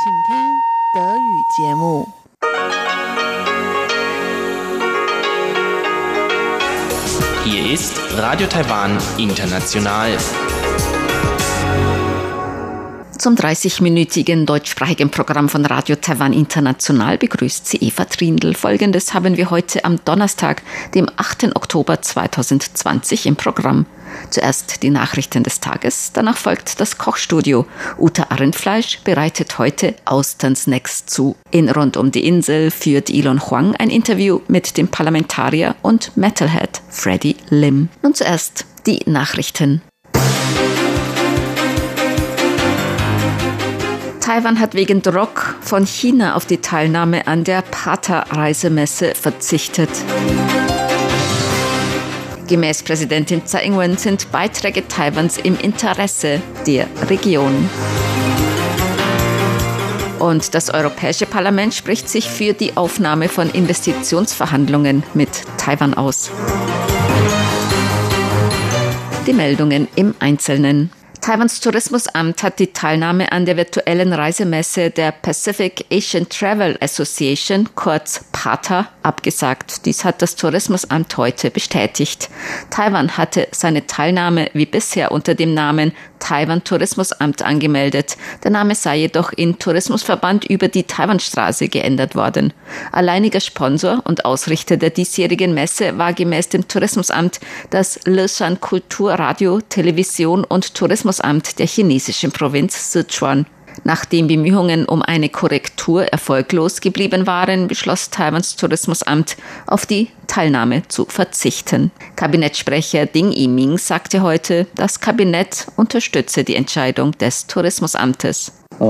Hier ist Radio Taiwan International. Zum 30-minütigen deutschsprachigen Programm von Radio Taiwan International begrüßt sie Eva Trindl. Folgendes haben wir heute am Donnerstag, dem 8. Oktober 2020 im Programm. Zuerst die Nachrichten des Tages, danach folgt das Kochstudio. Uta Rindfleisch bereitet heute Austern-Snacks zu. In Rund um die Insel führt Elon Huang ein Interview mit dem Parlamentarier und Metalhead Freddie Lim. Nun zuerst die Nachrichten. Taiwan hat wegen Druck von China auf die Teilnahme an der PATA-Reisemesse verzichtet. Gemäß Präsidentin Tsai Ing-wen sind Beiträge Taiwans im Interesse der Region. Und das Europäische Parlament spricht sich für die Aufnahme von Investitionsverhandlungen mit Taiwan aus. Die Meldungen im Einzelnen. Taiwans Tourismusamt hat die Teilnahme an der virtuellen Reisemesse der Pacific Asian Travel Association, kurz PATA, abgesagt. Dies hat das Tourismusamt heute bestätigt. Taiwan hatte seine Teilnahme wie bisher unter dem Namen Taiwan Tourismusamt angemeldet. Der Name sei jedoch in Tourismusverband über die Taiwanstraße geändert worden. Alleiniger Sponsor und Ausrichter der diesjährigen Messe war gemäß dem Tourismusamt das Leshan Kulturradio, Television und Tourismusamt der chinesischen Provinz Sichuan. Nachdem Bemühungen um eine Korrektur erfolglos geblieben waren, beschloss Taiwans Tourismusamt, auf die Teilnahme zu verzichten. Kabinettssprecher Ding Yiming sagte heute, das Kabinett unterstütze die Entscheidung des Tourismusamtes.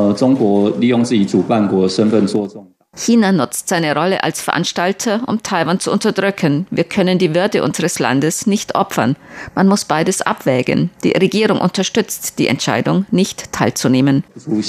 China nutzt seine Rolle als Veranstalter, um Taiwan zu unterdrücken. Wir können die Würde unseres Landes nicht opfern. Man muss beides abwägen. Die Regierung unterstützt die Entscheidung, nicht teilzunehmen.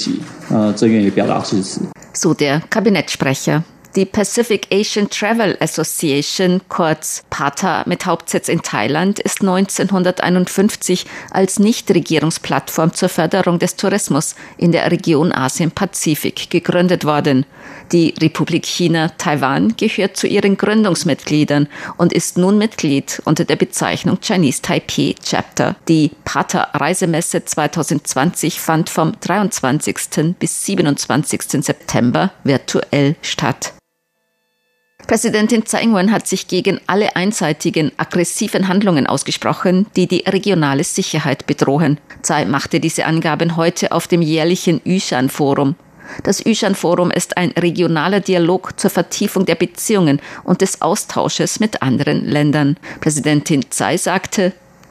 So der Kabinettssprecher. Die Pacific Asian Travel Association, kurz PATA mit Hauptsitz in Thailand, ist 1951 als Nichtregierungsplattform zur Förderung des Tourismus in der Region Asien-Pazifik gegründet worden. Die Republik China Taiwan gehört zu ihren Gründungsmitgliedern und ist nun Mitglied unter der Bezeichnung Chinese Taipei Chapter. Die PATA-Reisemesse 2020 fand vom 23. bis 27. September virtuell statt. Präsidentin Tsai Ing-wen hat sich gegen alle einseitigen, aggressiven Handlungen ausgesprochen, die die regionale Sicherheit bedrohen. Tsai machte diese Angaben heute auf dem jährlichen Yushan-Forum. Das Yushan-Forum ist ein regionaler Dialog zur Vertiefung der Beziehungen und des Austausches mit anderen Ländern. Präsidentin Tsai sagte,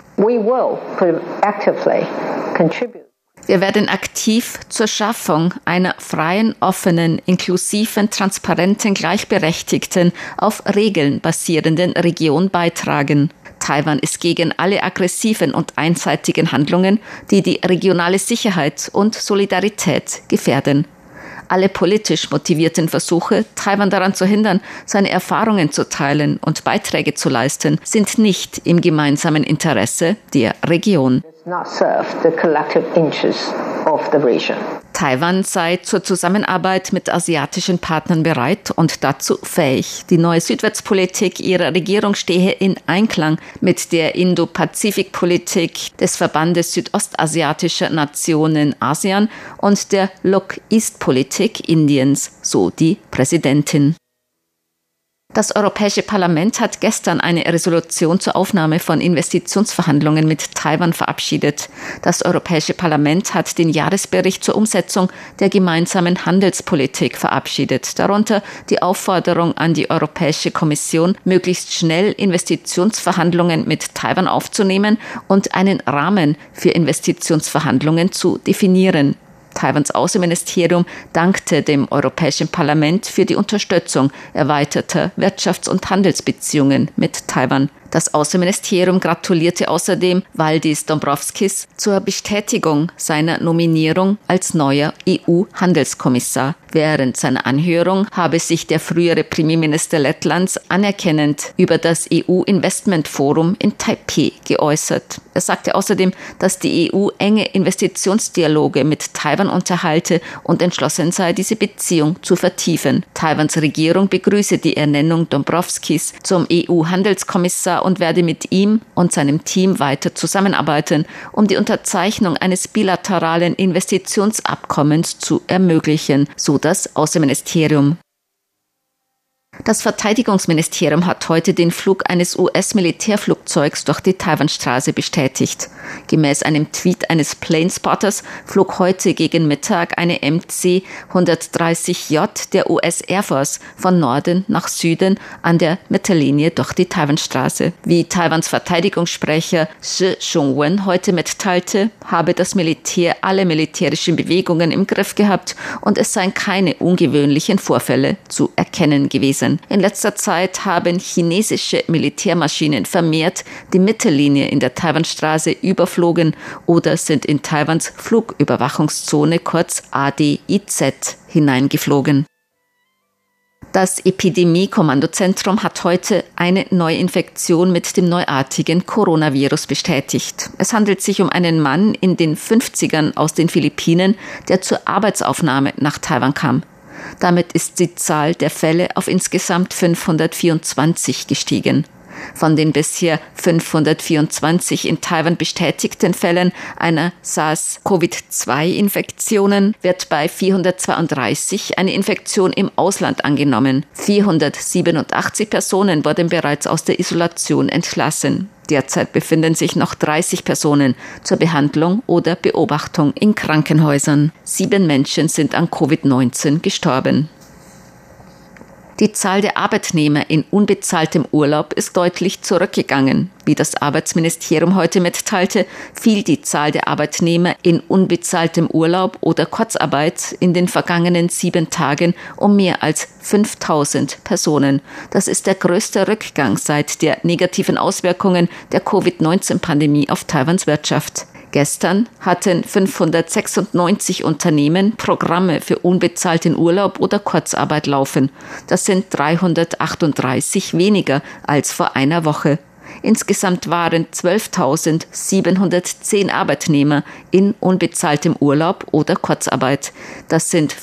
wir werden aktiv zur Schaffung einer freien, offenen, inklusiven, transparenten, gleichberechtigten, auf Regeln basierenden Region beitragen. Taiwan ist gegen alle aggressiven und einseitigen Handlungen, die die regionale Sicherheit und Solidarität gefährden. Alle politisch motivierten Versuche, Taiwan daran zu hindern, seine Erfahrungen zu teilen und Beiträge zu leisten, sind nicht im gemeinsamen Interesse der Region. Taiwan sei zur Zusammenarbeit mit asiatischen Partnern bereit und dazu fähig. Die neue Südwärtspolitik ihrer Regierung stehe in Einklang mit der Indo-Pazifik-Politik des Verbandes südostasiatischer Nationen ASEAN und der Look-East-Politik Indiens, so die Präsidentin. Das Europäische Parlament hat gestern eine Resolution zur Aufnahme von Investitionsverhandlungen mit Taiwan verabschiedet. Das Europäische Parlament hat den Jahresbericht zur Umsetzung der gemeinsamen Handelspolitik verabschiedet. Darunter die Aufforderung an die Europäische Kommission, möglichst schnell Investitionsverhandlungen mit Taiwan aufzunehmen und einen Rahmen für Investitionsverhandlungen zu definieren. Taiwans Außenministerium dankte dem Europäischen Parlament für die Unterstützung erweiterter Wirtschafts- und Handelsbeziehungen mit Taiwan. Das Außenministerium gratulierte außerdem Valdis Dombrovskis zur Bestätigung seiner Nominierung als neuer EU-Handelskommissar. Während seiner Anhörung habe sich der frühere Premierminister Lettlands anerkennend über das EU-Investmentforum in Taipeh geäußert. Er sagte außerdem, dass die EU enge Investitionsdialoge mit Taiwan unterhalte und entschlossen sei, diese Beziehung zu vertiefen. Taiwans Regierung begrüße die Ernennung Dombrovskis zum EU-Handelskommissar und werde mit ihm und seinem Team weiter zusammenarbeiten, um die Unterzeichnung eines bilateralen Investitionsabkommens zu ermöglichen, so das Außenministerium. Das Verteidigungsministerium hat heute den Flug eines US-Militärflugzeugs durch die Taiwanstraße bestätigt. Gemäß einem Tweet eines Planespotters flog heute gegen Mittag eine MC-130J der US Air Force von Norden nach Süden an der Mittellinie durch die Taiwanstraße. Wie Taiwans Verteidigungssprecher Shi Zhongwen heute mitteilte, habe das Militär alle militärischen Bewegungen im Griff gehabt und es seien keine ungewöhnlichen Vorfälle zu erkennen gewesen. In letzter Zeit haben chinesische Militärmaschinen vermehrt die Mittellinie in der Taiwanstraße überflogen oder sind in Taiwans Flugüberwachungszone, kurz ADIZ, hineingeflogen. Das Epidemie-Kommandozentrum hat heute eine Neuinfektion mit dem neuartigen Coronavirus bestätigt. Es handelt sich um einen Mann in den 50ern aus den Philippinen, der zur Arbeitsaufnahme nach Taiwan kam. Damit ist die Zahl der Fälle auf insgesamt 524 gestiegen. Von den bisher 524 in Taiwan bestätigten Fällen einer SARS-CoV-2-Infektionen wird bei 432 eine Infektion im Ausland angenommen. 487 Personen wurden bereits aus der Isolation entlassen. Derzeit befinden sich noch 30 Personen zur Behandlung oder Beobachtung in Krankenhäusern. 7 Menschen sind an Covid-19 gestorben. Die Zahl der Arbeitnehmer in unbezahltem Urlaub ist deutlich zurückgegangen. Wie das Arbeitsministerium heute mitteilte, fiel die Zahl der Arbeitnehmer in unbezahltem Urlaub oder Kurzarbeit in den vergangenen 7 Tagen um mehr als 5.000 Personen. Das ist der größte Rückgang seit der negativen Auswirkungen der Covid-19-Pandemie auf Taiwans Wirtschaft. Gestern hatten 596 Unternehmen Programme für unbezahlten Urlaub oder Kurzarbeit laufen. Das sind 338 weniger als vor einer Woche. Insgesamt waren 12.710 Arbeitnehmer in unbezahltem Urlaub oder Kurzarbeit. Das sind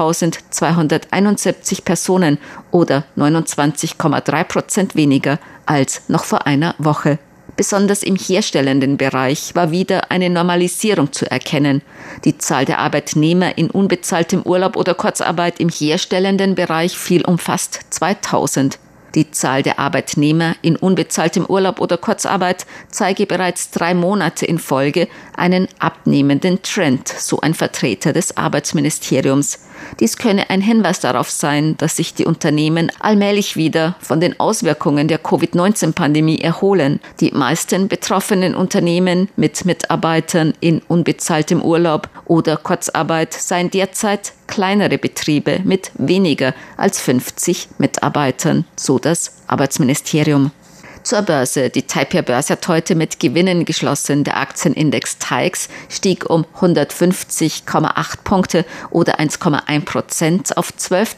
5.271 Personen oder 29,3% weniger als noch vor einer Woche. Besonders im herstellenden Bereich war wieder eine Normalisierung zu erkennen. Die Zahl der Arbeitnehmer in unbezahltem Urlaub oder Kurzarbeit im herstellenden Bereich fiel um fast 2.000. Die Zahl der Arbeitnehmer in unbezahltem Urlaub oder Kurzarbeit zeige bereits 3 Monate in Folge einen abnehmenden Trend, so ein Vertreter des Arbeitsministeriums. Dies könne ein Hinweis darauf sein, dass sich die Unternehmen allmählich wieder von den Auswirkungen der Covid-19-Pandemie erholen. Die meisten betroffenen Unternehmen mit Mitarbeitern in unbezahltem Urlaub oder Kurzarbeit seien derzeit kleinere Betriebe mit weniger als 50 Mitarbeitern, so das Arbeitsministerium. Zur Börse. Die Taipei-Börse hat heute mit Gewinnen geschlossen. Der Aktienindex TAIEX stieg um 150,8 Punkte oder 1,1% auf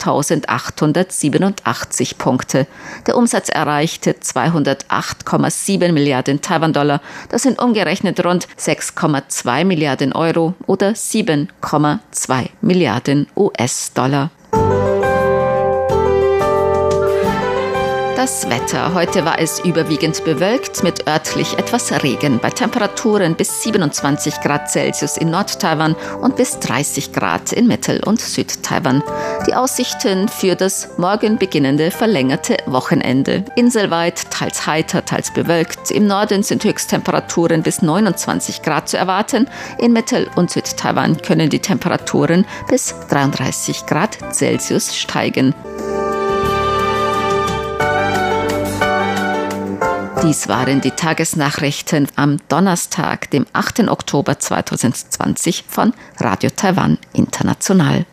12.887 Punkte. Der Umsatz erreichte 208,7 Milliarden Taiwan-Dollar. Das sind umgerechnet rund 6,2 Milliarden Euro oder 7,2 Milliarden US-Dollar. Das Wetter. Heute war es überwiegend bewölkt mit örtlich etwas Regen bei Temperaturen bis 27 Grad Celsius in Nord-Taiwan und bis 30 Grad in Mittel- und Süd-Taiwan. Die Aussichten für das morgen beginnende verlängerte Wochenende. Inselweit teils heiter, teils bewölkt. Im Norden sind Höchsttemperaturen bis 29 Grad zu erwarten. In Mittel- und Süd-Taiwan können die Temperaturen bis 33 Grad Celsius steigen. Dies waren die Tagesnachrichten am Donnerstag, dem 8. Oktober 2020 von Radio Taiwan International.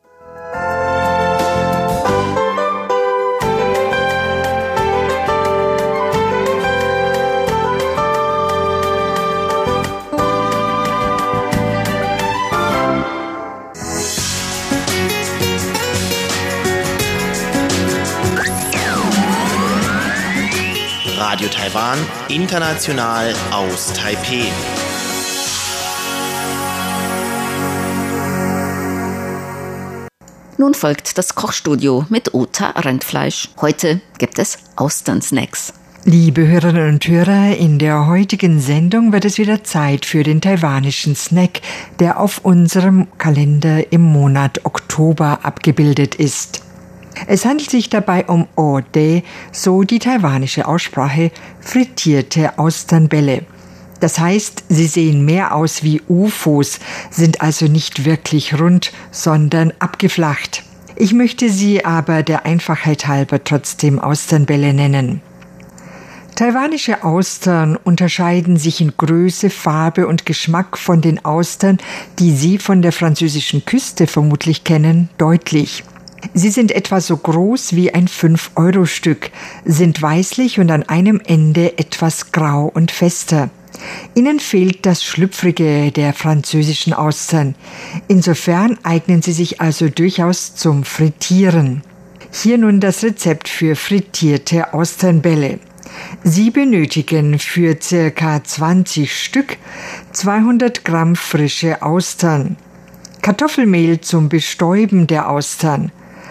Radio Taiwan, international aus Taipeh. Nun folgt das Kochstudio mit Uta Rindfleisch. Heute gibt es Austern-Snacks. Liebe Hörerinnen und Hörer, in der heutigen Sendung wird es wieder Zeit für den taiwanischen Snack, der auf unserem Kalender im Monat Oktober abgebildet ist. Es handelt sich dabei um O-De, so die taiwanische Aussprache, frittierte Austernbälle. Das heißt, sie sehen mehr aus wie UFOs, sind also nicht wirklich rund, sondern abgeflacht. Ich möchte sie aber der Einfachheit halber trotzdem Austernbälle nennen. Taiwanische Austern unterscheiden sich in Größe, Farbe und Geschmack von den Austern, die Sie von der französischen Küste vermutlich kennen, deutlich. Sie sind etwa so groß wie ein 5-Euro-Stück, sind weißlich und an einem Ende etwas grau und fester. Ihnen fehlt das Schlüpfrige der französischen Austern. Insofern eignen sie sich also durchaus zum Frittieren. Hier nun das Rezept für frittierte Austernbälle. Sie benötigen für ca. 20 Stück 200 Gramm frische Austern, Kartoffelmehl zum Bestäuben der Austern,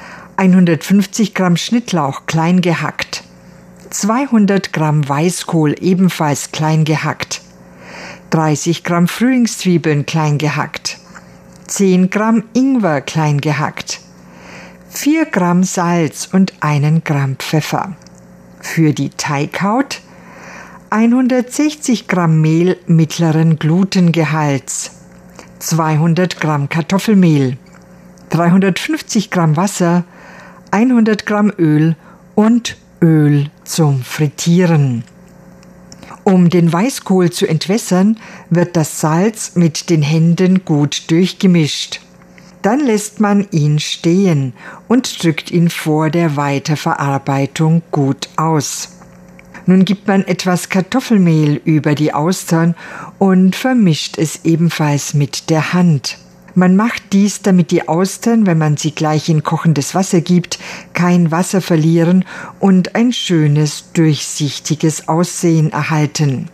150 Gramm Schnittlauch klein gehackt, 200 Gramm Weißkohl ebenfalls klein gehackt, 30 Gramm Frühlingszwiebeln klein gehackt, 10 Gramm Ingwer klein gehackt, 4 Gramm Salz und 1 Gramm Pfeffer. Für die Teighaut 160 Gramm Mehl mittleren Glutengehalts, 200 Gramm Kartoffelmehl, 350 Gramm Wasser, 100 Gramm Öl und Öl zum Frittieren. Um den Weißkohl zu entwässern, wird das Salz mit den Händen gut durchgemischt. Dann lässt man ihn stehen und drückt ihn vor der Weiterverarbeitung gut aus. Nun gibt man etwas Kartoffelmehl über die Austern und vermischt es ebenfalls mit der Hand. Man macht dies, damit die Austern, wenn man sie gleich in kochendes Wasser gibt, kein Wasser verlieren und ein schönes, durchsichtiges Aussehen erhalten.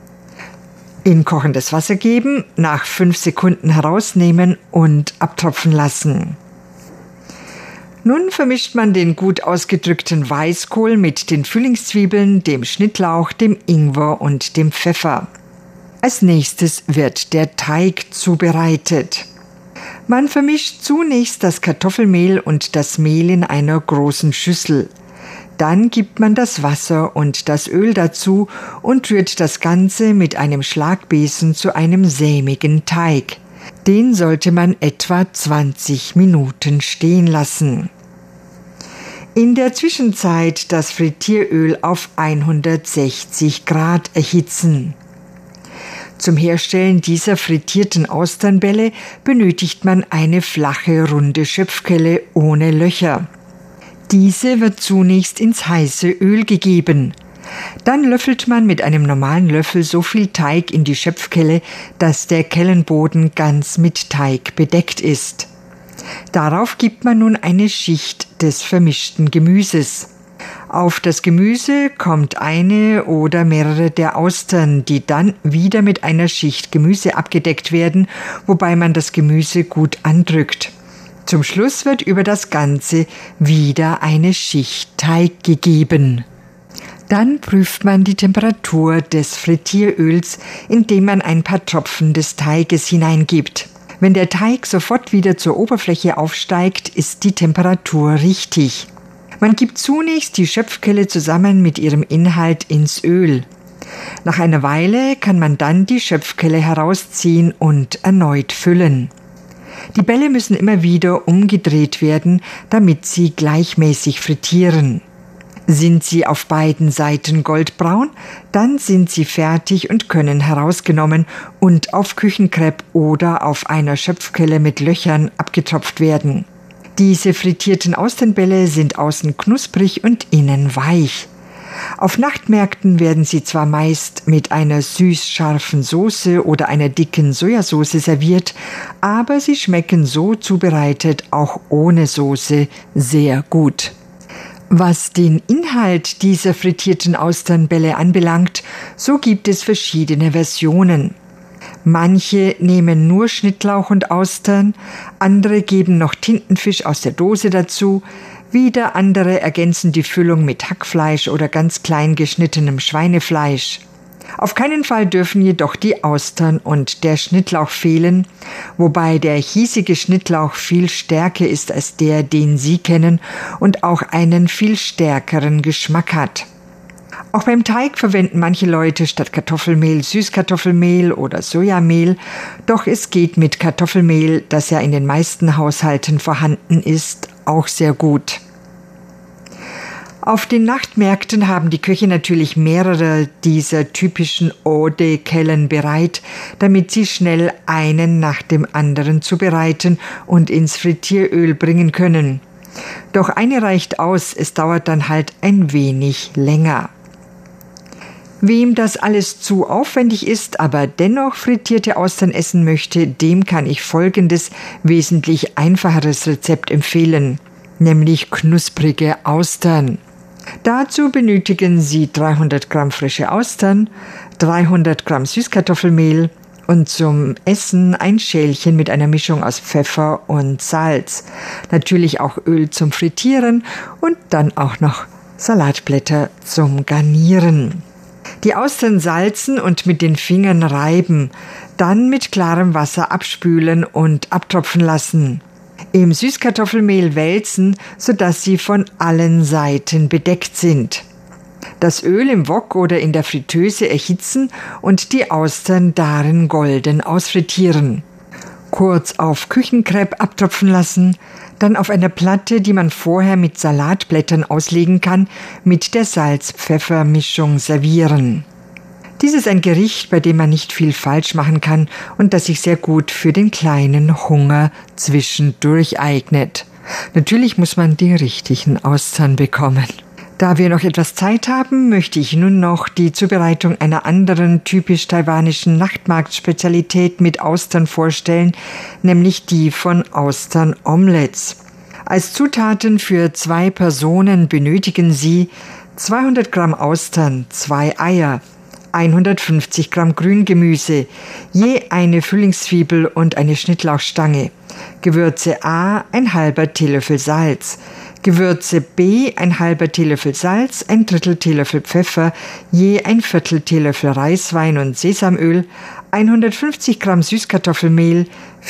In kochendes Wasser geben, nach 5 Sekunden herausnehmen und abtropfen lassen. Nun vermischt man den gut ausgedrückten Weißkohl mit den Frühlingszwiebeln, dem Schnittlauch, dem Ingwer und dem Pfeffer. Als nächstes wird der Teig zubereitet. Man vermischt zunächst das Kartoffelmehl und das Mehl in einer großen Schüssel. Dann gibt man das Wasser und das Öl dazu und rührt das Ganze mit einem Schlagbesen zu einem sämigen Teig. Den sollte man etwa 20 Minuten stehen lassen. In der Zwischenzeit das Frittieröl auf 160 Grad erhitzen. Zum Herstellen dieser frittierten Austernbälle benötigt man eine flache, runde Schöpfkelle ohne Löcher. Diese wird zunächst ins heiße Öl gegeben. Dann löffelt man mit einem normalen Löffel so viel Teig in die Schöpfkelle, dass der Kellenboden ganz mit Teig bedeckt ist. Darauf gibt man nun eine Schicht des vermischten Gemüses. Auf das Gemüse kommt eine oder mehrere der Austern, die dann wieder mit einer Schicht Gemüse abgedeckt werden, wobei man das Gemüse gut andrückt. Zum Schluss wird über das Ganze wieder eine Schicht Teig gegeben. Dann prüft man die Temperatur des Frittieröls, indem man ein paar Tropfen des Teiges hineingibt. Wenn der Teig sofort wieder zur Oberfläche aufsteigt, ist die Temperatur richtig. Man gibt zunächst die Schöpfkelle zusammen mit ihrem Inhalt ins Öl. Nach einer Weile kann man dann die Schöpfkelle herausziehen und erneut füllen. Die Bälle müssen immer wieder umgedreht werden, damit sie gleichmäßig frittieren. Sind sie auf beiden Seiten goldbraun, dann sind sie fertig und können herausgenommen und auf Küchenkrepp oder auf einer Schöpfkelle mit Löchern abgetropft werden. Diese frittierten Austernbälle sind außen knusprig und innen weich. Auf Nachtmärkten werden sie zwar meist mit einer süß-scharfen Soße oder einer dicken Sojasauce serviert, aber sie schmecken so zubereitet auch ohne Soße sehr gut. Was den Inhalt dieser frittierten Austernbälle anbelangt, so gibt es verschiedene Versionen. Manche nehmen nur Schnittlauch und Austern, andere geben noch Tintenfisch aus der Dose dazu, wieder andere ergänzen die Füllung mit Hackfleisch oder ganz klein geschnittenem Schweinefleisch. Auf keinen Fall dürfen jedoch die Austern und der Schnittlauch fehlen, wobei der hiesige Schnittlauch viel stärker ist als der, den Sie kennen, und auch einen viel stärkeren Geschmack hat. Auch beim Teig verwenden manche Leute statt Kartoffelmehl Süßkartoffelmehl oder Sojamehl, doch es geht mit Kartoffelmehl, das ja in den meisten Haushalten vorhanden ist, auch sehr gut. Auf den Nachtmärkten haben die Köche natürlich mehrere dieser typischen Eau-de-Kellen bereit, damit sie schnell einen nach dem anderen zubereiten und ins Frittieröl bringen können. Doch eine reicht aus, es dauert dann halt ein wenig länger. Wem das alles zu aufwendig ist, aber dennoch frittierte Austern essen möchte, dem kann ich folgendes, wesentlich einfacheres Rezept empfehlen, nämlich knusprige Austern. Dazu benötigen Sie 300 Gramm frische Austern, 300 Gramm Süßkartoffelmehl und zum Essen ein Schälchen mit einer Mischung aus Pfeffer und Salz. Natürlich auch Öl zum Frittieren und dann auch noch Salatblätter zum Garnieren. Die Austern salzen und mit den Fingern reiben, dann mit klarem Wasser abspülen und abtropfen lassen. Im Süßkartoffelmehl wälzen, sodass sie von allen Seiten bedeckt sind. Das Öl im Wok oder in der Fritteuse erhitzen und die Austern darin golden ausfrittieren. Kurz auf Küchenkrepp abtropfen lassen, dann auf einer Platte, die man vorher mit Salatblättern auslegen kann, mit der Salz-Pfeffer-Mischung servieren. Dies ist ein Gericht, bei dem man nicht viel falsch machen kann und das sich sehr gut für den kleinen Hunger zwischendurch eignet. Natürlich muss man die richtigen Austern bekommen. Da wir noch etwas Zeit haben, möchte ich nun noch die Zubereitung einer anderen typisch taiwanischen Nachtmarktspezialität mit Austern vorstellen, nämlich die von Austern-Omelettes. Als Zutaten für 2 Personen benötigen Sie 200 Gramm Austern, 2 Eier, 150 Gramm Grüngemüse, je eine Frühlingszwiebel und eine Schnittlauchstange, Gewürze A, ein halber Teelöffel Salz, Gewürze B, ein halber Teelöffel Salz, ein Drittel Teelöffel Pfeffer, je ein Viertel Teelöffel Reiswein und Sesamöl, 150 Gramm Süßkartoffelmehl,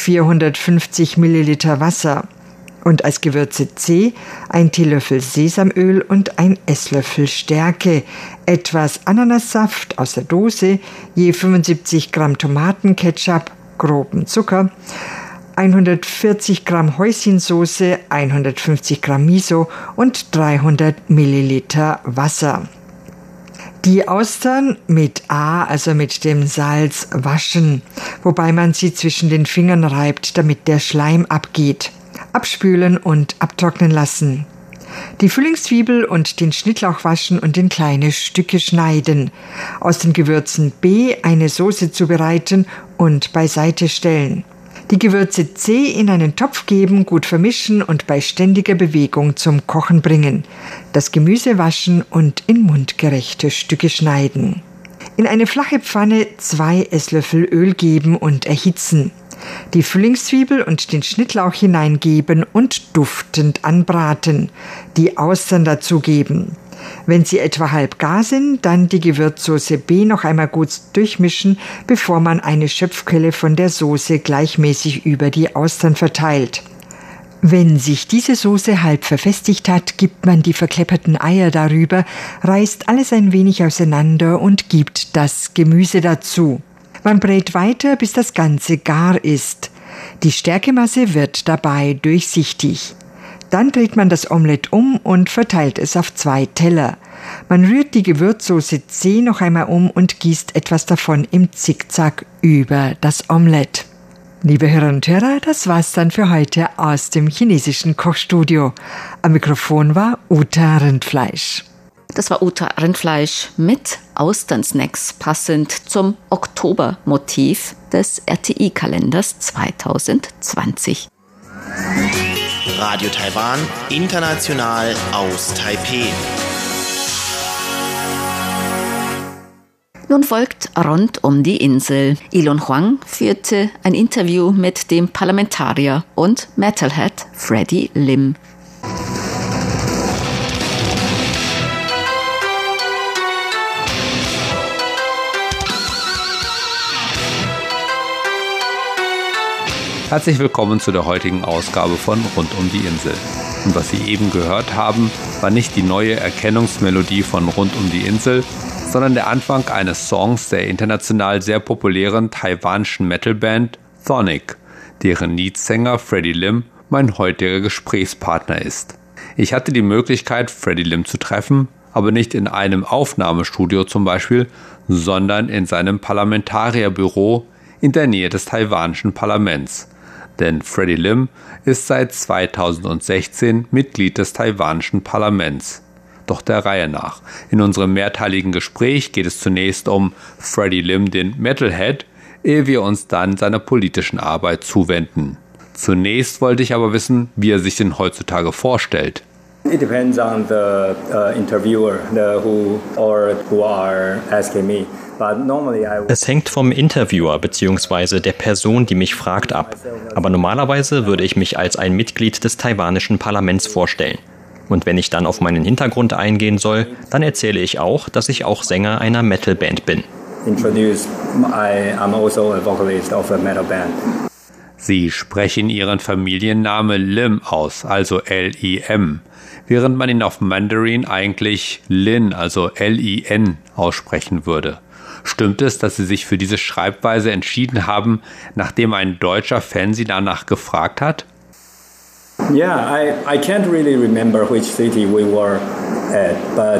450 Milliliter Wasser. Und als Gewürze C, ein Teelöffel Sesamöl und ein Esslöffel Stärke, etwas Ananassaft aus der Dose, je 75 Gramm Tomatenketchup, groben Zucker, 140 Gramm Häuschensoße, 150 Gramm Miso und 300 Milliliter Wasser. Die Austern mit A, also mit dem Salz, waschen, wobei man sie zwischen den Fingern reibt, damit der Schleim abgeht. Abspülen und abtrocknen lassen. Die Frühlingszwiebel und den Schnittlauch waschen und in kleine Stücke schneiden. Aus den Gewürzen B eine Soße zubereiten und beiseite stellen. Die Gewürze C in einen Topf geben, gut vermischen und bei ständiger Bewegung zum Kochen bringen. Das Gemüse waschen und in mundgerechte Stücke schneiden. In eine flache Pfanne 2 Esslöffel Öl geben und erhitzen. Die Frühlingszwiebel und den Schnittlauch hineingeben und duftend anbraten. Die Austern dazugeben. Wenn sie etwa halb gar sind, dann die Gewürzsoße B noch einmal gut durchmischen, bevor man eine Schöpfquelle von der Soße gleichmäßig über die Austern verteilt. Wenn sich diese Soße halb verfestigt hat, gibt man die verklepperten Eier darüber, reißt alles ein wenig auseinander und gibt das Gemüse dazu. Man brät weiter, bis das Ganze gar ist. Die Stärkemasse wird dabei durchsichtig. Dann dreht man das Omelett um und verteilt es auf 2 Teller. Man rührt die Gewürzsoße C noch einmal um und gießt etwas davon im Zickzack über das Omelett. Liebe Hörerinnen und Hörer, das war's dann für heute aus dem chinesischen Kochstudio. Am Mikrofon war Uta Rindfleisch. Das war Uta Rindfleisch mit Austernsnacks, passend zum Oktobermotiv des RTI-Kalenders 2020. Radio Taiwan, international aus Taipeh. Nun folgt Rund um die Insel. Elon Huang führte ein Interview mit dem Parlamentarier und Metalhead Freddie Lim. Herzlich willkommen zu der heutigen Ausgabe von Rund um die Insel. Und was Sie eben gehört haben, war nicht die neue Erkennungsmelodie von Rund um die Insel, sondern der Anfang eines Songs der international sehr populären taiwanischen Metalband Thonic, deren Leadsänger Freddie Lim mein heutiger Gesprächspartner ist. Ich hatte die Möglichkeit, Freddie Lim zu treffen, aber nicht in einem Aufnahmestudio zum Beispiel, sondern in seinem Parlamentarierbüro in der Nähe des taiwanischen Parlaments. Denn Freddie Lim ist seit 2016 Mitglied des taiwanischen Parlaments. Doch der Reihe nach. In unserem mehrteiligen Gespräch geht es zunächst um Freddie Lim, den Metalhead, ehe wir uns dann seiner politischen Arbeit zuwenden. Zunächst wollte ich aber wissen, wie er sich denn heutzutage vorstellt. It depends on the interviewer, who are asking me. Es hängt vom Interviewer bzw. der Person, die mich fragt, ab. Aber normalerweise würde ich mich als ein Mitglied des taiwanischen Parlaments vorstellen. Und wenn ich dann auf meinen Hintergrund eingehen soll, dann erzähle ich auch, dass ich auch Sänger einer Metalband bin. I'm also a vocalist of a metal band. Sie sprechen ihren Familienname Lim aus, also L-I-M, während man ihn auf Mandarin eigentlich Lin, also L-I-N, aussprechen würde. Stimmt es, dass Sie sich für diese Schreibweise entschieden haben, nachdem ein deutscher Fan Sie danach gefragt hat? Yeah, I can't really remember which city we were at, but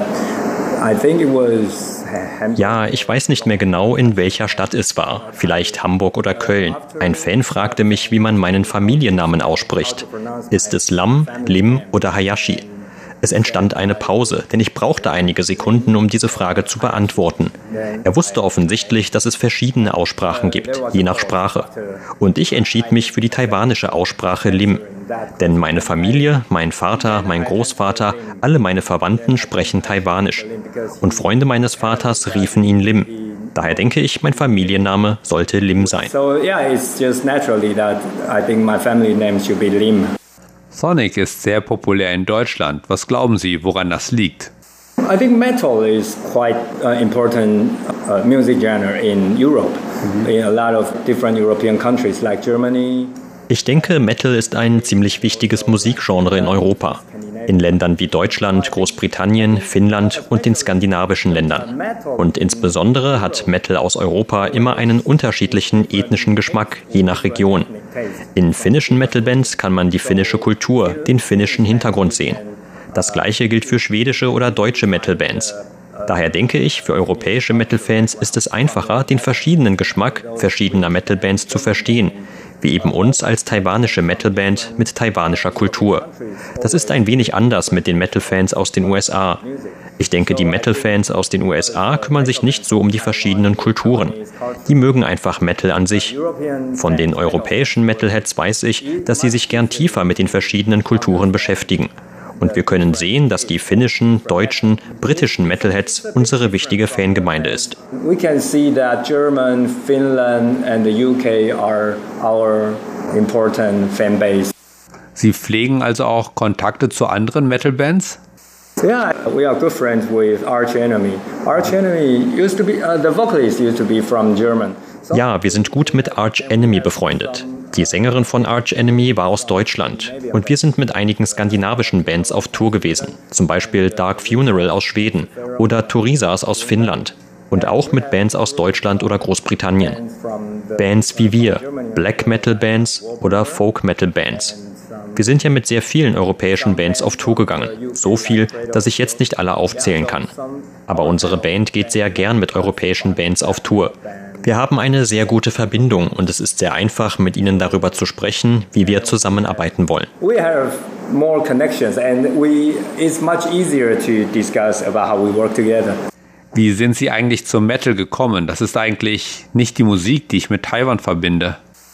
I think it was Hamburg. Ja, ich weiß nicht mehr genau, in welcher Stadt es war. Vielleicht Hamburg oder Köln. Ein Fan fragte mich, wie man meinen Familiennamen ausspricht. Ist es Lam, Lim oder Hayashi? Es entstand eine Pause, denn ich brauchte einige Sekunden, um diese Frage zu beantworten. Er wusste offensichtlich, dass es verschiedene Aussprachen gibt, je nach Sprache. Und ich entschied mich für die taiwanische Aussprache Lim. Denn meine Familie, mein Vater, mein Großvater, alle meine Verwandten sprechen Taiwanisch. Und Freunde meines Vaters riefen ihn Lim. Daher denke ich, mein Familienname sollte Lim sein. So yeah, it's just naturally that I think my family name should be Lim. Thonic ist sehr populär in Deutschland. Was glauben Sie, woran das liegt? I think metal is quite important music genre in Europe. In a lot of different European countries like Germany. Ich denke, Metal ist ein ziemlich wichtiges Musikgenre in Europa. In Ländern wie Deutschland, Großbritannien, Finnland und den skandinavischen Ländern. Und insbesondere hat Metal aus Europa immer einen unterschiedlichen ethnischen Geschmack, je nach Region. In finnischen Metalbands kann man die finnische Kultur, den finnischen Hintergrund sehen. Das Gleiche gilt für schwedische oder deutsche Metalbands. Daher denke ich, für europäische Metalfans ist es einfacher, den verschiedenen Geschmack verschiedener Metalbands zu verstehen, wie eben uns als taiwanische Metalband mit taiwanischer Kultur. Das ist ein wenig anders mit den Metalfans aus den USA. Ich denke, die Metalfans aus den USA kümmern sich nicht so um die verschiedenen Kulturen. Die mögen einfach Metal an sich. Von den europäischen Metalheads weiß ich, dass sie sich gern tiefer mit den verschiedenen Kulturen beschäftigen. Und wir können sehen, dass die finnischen, deutschen, britischen Metalheads unsere wichtige Fangemeinde ist. We can see that German, Finland and the UK are our important fanbase. Sie pflegen also auch Kontakte zu anderen Metalbands? Yeah, we are good friends with Arch Enemy. Arch Enemy used to be the vocalist used to be from German. Ja, wir sind gut mit Arch Enemy befreundet. Die Sängerin von Arch Enemy war aus Deutschland und wir sind mit einigen skandinavischen Bands auf Tour gewesen, zum Beispiel Dark Funeral aus Schweden oder Turisas aus Finnland und auch mit Bands aus Deutschland oder Großbritannien. Bands wie wir, Black Metal Bands oder Folk Metal Bands. Wir sind ja mit sehr vielen europäischen Bands auf Tour gegangen. So viel, dass ich jetzt nicht alle aufzählen kann. Aber unsere Band geht sehr gern mit europäischen Bands auf Tour. Wir haben eine sehr gute Verbindung und es ist sehr einfach, mit ihnen darüber zu sprechen, wie wir zusammenarbeiten wollen. We have more connections and it's much easier to discuss about how we work together. Wie sind Sie eigentlich zum Metal gekommen? Das ist eigentlich nicht die Musik, die ich mit Taiwan verbinde.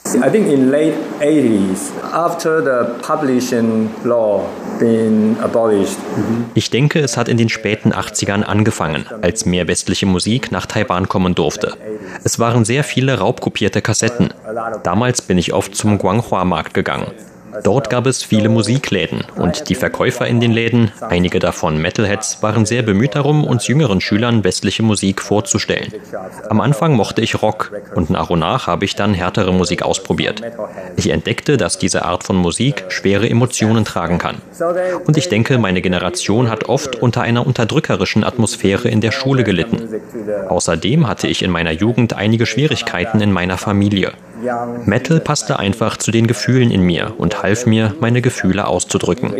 I think in late 80s, after the publishing law being abolished. Ich denke, es hat in den späten 80ern angefangen, als mehr westliche Musik nach Taiwan kommen durfte. Es waren sehr viele raubkopierte Kassetten. Damals bin ich oft zum Guanghua-Markt gegangen. Dort gab es viele Musikläden und die Verkäufer in den Läden, einige davon Metalheads, waren sehr bemüht darum, uns jüngeren Schülern westliche Musik vorzustellen. Am Anfang mochte ich Rock und nach habe ich dann härtere Musik ausprobiert. Ich entdeckte, dass diese Art von Musik schwere Emotionen tragen kann. Und ich denke, meine Generation hat oft unter einer unterdrückerischen Atmosphäre in der Schule gelitten. Außerdem hatte ich in meiner Jugend einige Schwierigkeiten in meiner Familie. Metal passte einfach zu den Gefühlen in mir und half mir, meine Gefühle auszudrücken.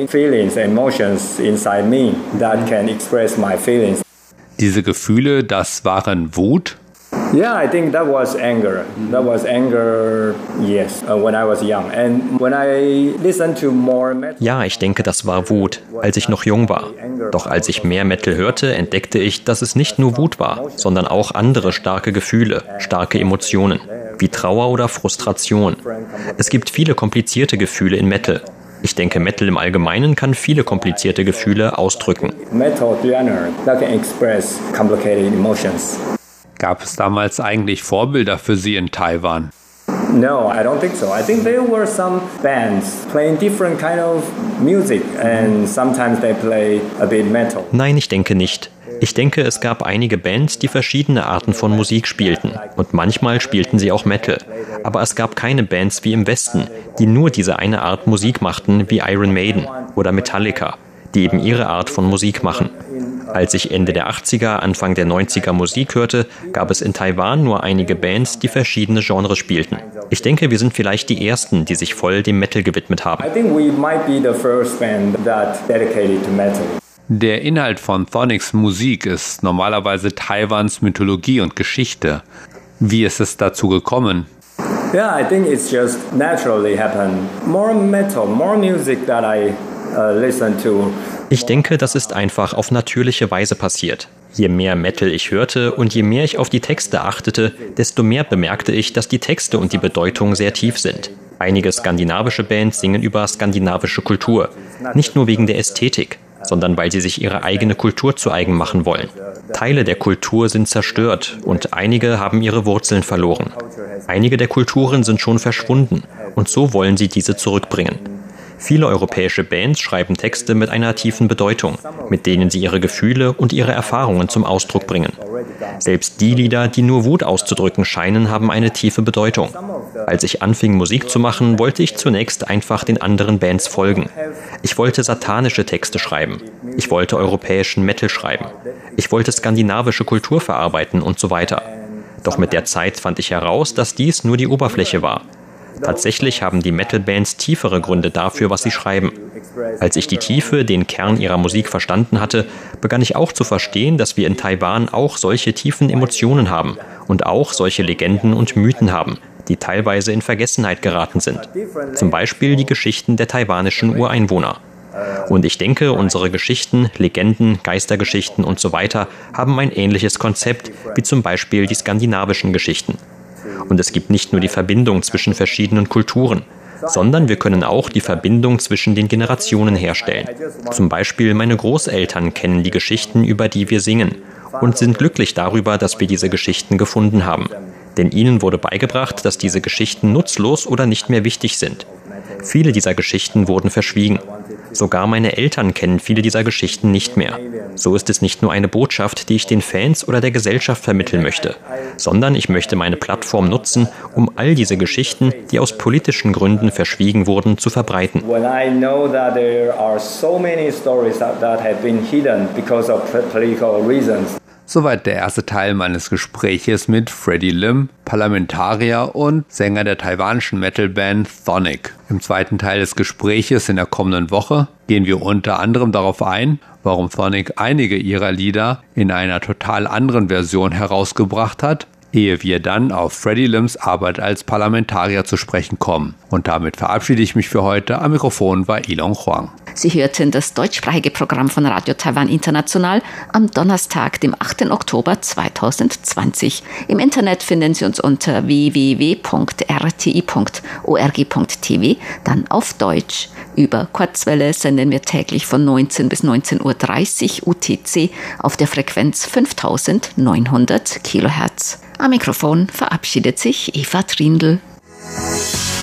Diese Gefühle, das waren Wut? Yeah, I think that was anger. That was anger, yes, when I was young. And when I listened to more metal. Ja, ich denke, das war Wut, als ich noch jung war. Doch als ich mehr Metal hörte, entdeckte ich, dass es nicht nur Wut war, sondern auch andere starke Gefühle, starke Emotionen, wie Trauer oder Frustration. Es gibt viele komplizierte Gefühle in Metal. Ich denke, Metal im Allgemeinen kann viele komplizierte Gefühle ausdrücken. Metal genre that can express complicated emotions. Gab es damals eigentlich Vorbilder für Sie in Taiwan? No, I don't think so. I think there were some bands playing different kind of music and sometimes they play a bit metal. Nein, ich denke nicht. Ich denke, es gab einige Bands, die verschiedene Arten von Musik spielten. Und manchmal spielten sie auch Metal. Aber es gab keine Bands wie im Westen, die nur diese eine Art Musik machten, wie Iron Maiden oder Metallica, die eben ihre Art von Musik machen. Als ich Ende der 80er, Anfang der 90er Musik hörte, gab es in Taiwan nur einige Bands, die verschiedene Genres spielten. Ich denke, wir sind vielleicht die Ersten, die sich voll dem Metal gewidmet haben. I think we might be the first band that dedicated to metal. Der Inhalt von Thonics Musik ist normalerweise Taiwans Mythologie und Geschichte. Wie ist es dazu gekommen? Yeah, I think it's just naturally happened. More metal, more music that I listen to. Ich denke, das ist einfach auf natürliche Weise passiert. Je mehr Metal ich hörte und je mehr ich auf die Texte achtete, desto mehr bemerkte ich, dass die Texte und die Bedeutung sehr tief sind. Einige skandinavische Bands singen über skandinavische Kultur, nicht nur wegen der Ästhetik, sondern weil sie sich ihre eigene Kultur zu eigen machen wollen. Teile der Kultur sind zerstört und einige haben ihre Wurzeln verloren. Einige der Kulturen sind schon verschwunden und so wollen sie diese zurückbringen. Viele europäische Bands schreiben Texte mit einer tiefen Bedeutung, mit denen sie ihre Gefühle und ihre Erfahrungen zum Ausdruck bringen. Selbst die Lieder, die nur Wut auszudrücken scheinen, haben eine tiefe Bedeutung. Als ich anfing, Musik zu machen, wollte ich zunächst einfach den anderen Bands folgen. Ich wollte satanische Texte schreiben. Ich wollte europäischen Metal schreiben. Ich wollte skandinavische Kultur verarbeiten und so weiter. Doch mit der Zeit fand ich heraus, dass dies nur die Oberfläche war. Tatsächlich haben die Metal-Bands tiefere Gründe dafür, was sie schreiben. Als ich die Tiefe, den Kern ihrer Musik verstanden hatte, begann ich auch zu verstehen, dass wir in Taiwan auch solche tiefen Emotionen haben und auch solche Legenden und Mythen haben, die teilweise in Vergessenheit geraten sind. Zum Beispiel die Geschichten der taiwanischen Ureinwohner. Und ich denke, unsere Geschichten, Legenden, Geistergeschichten und so weiter haben ein ähnliches Konzept wie zum Beispiel die skandinavischen Geschichten. Und es gibt nicht nur die Verbindung zwischen verschiedenen Kulturen, sondern wir können auch die Verbindung zwischen den Generationen herstellen. Zum Beispiel meine Großeltern kennen die Geschichten, über die wir singen, und sind glücklich darüber, dass wir diese Geschichten gefunden haben. Denn ihnen wurde beigebracht, dass diese Geschichten nutzlos oder nicht mehr wichtig sind. Viele dieser Geschichten wurden verschwiegen. Sogar meine Eltern kennen viele dieser Geschichten nicht mehr. So ist es nicht nur eine Botschaft, die ich den Fans oder der Gesellschaft vermitteln möchte, sondern ich möchte meine Plattform nutzen, um all diese Geschichten, die aus politischen Gründen verschwiegen wurden, zu verbreiten. When I know that there are so many stories that have been hidden because of political reasons. Soweit der erste Teil meines Gespräches mit Freddie Lim, Parlamentarier und Sänger der taiwanischen Metalband Thonic. Im zweiten Teil des Gespräches in der kommenden Woche gehen wir unter anderem darauf ein, warum Thonic einige ihrer Lieder in einer total anderen Version herausgebracht hat, ehe wir dann auf Freddie Lims Arbeit als Parlamentarier zu sprechen kommen. Und damit verabschiede ich mich für heute. Am Mikrofon war Ilon Huang. Sie hörten das deutschsprachige Programm von Radio Taiwan International am Donnerstag, dem 8. Oktober 2020. Im Internet finden Sie uns unter www.rti.org.tv, dann auf Deutsch. Über Kurzwelle senden wir täglich von 19 bis 19.30 Uhr UTC auf der Frequenz 5900 kHz. Am Mikrofon verabschiedet sich Eva Trindl.